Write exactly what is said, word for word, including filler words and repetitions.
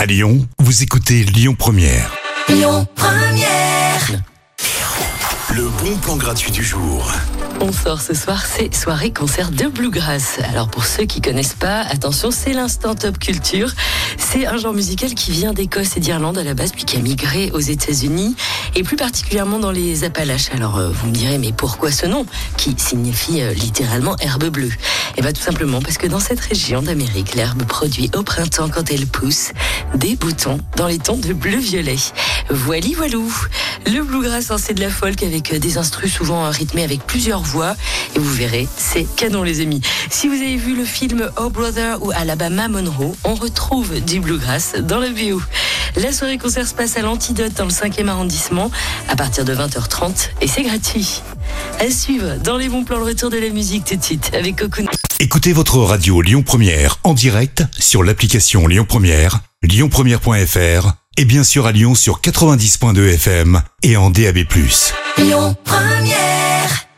À Lyon, vous écoutez Lyon Première. Lyon Première. Le bon plan gratuit du jour. On sort ce soir, c'est soirée concert de Bluegrass. Alors pour ceux qui connaissent pas, attention, c'est l'instant top culture. C'est un genre musical qui vient d'Écosse et d'Irlande à la base, puis qui a migré aux États-Unis et plus particulièrement dans les Appalaches. Alors euh, vous me direz, mais pourquoi ce nom qui signifie euh, littéralement herbe bleue? Et bien tout simplement parce que dans cette région d'Amérique, l'herbe produit au printemps, quand elle pousse, des boutons dans les tons de bleu-violet. Voili voilou. Le Bluegrass, hein, c'est de la folk avec des instrus souvent rythmés avec plusieurs voix. Et vous verrez, c'est canon les amis. Si vous avez vu le film Oh Brother ou Alabama Monroe, on retrouve du Bluegrass dans la B O. La soirée concert se passe à l'Antidote dans le cinquième arrondissement à partir de vingt heures trente et c'est gratuit. À suivre dans les bons plans, le retour de la musique tout de suite avec Cocoon. Écoutez votre radio Lyon Première en direct sur l'application Lyon Première, lyon première point f r et bien sûr à Lyon sur quatre-vingt-dix virgule deux F M et en D A B plus. Lyon Première.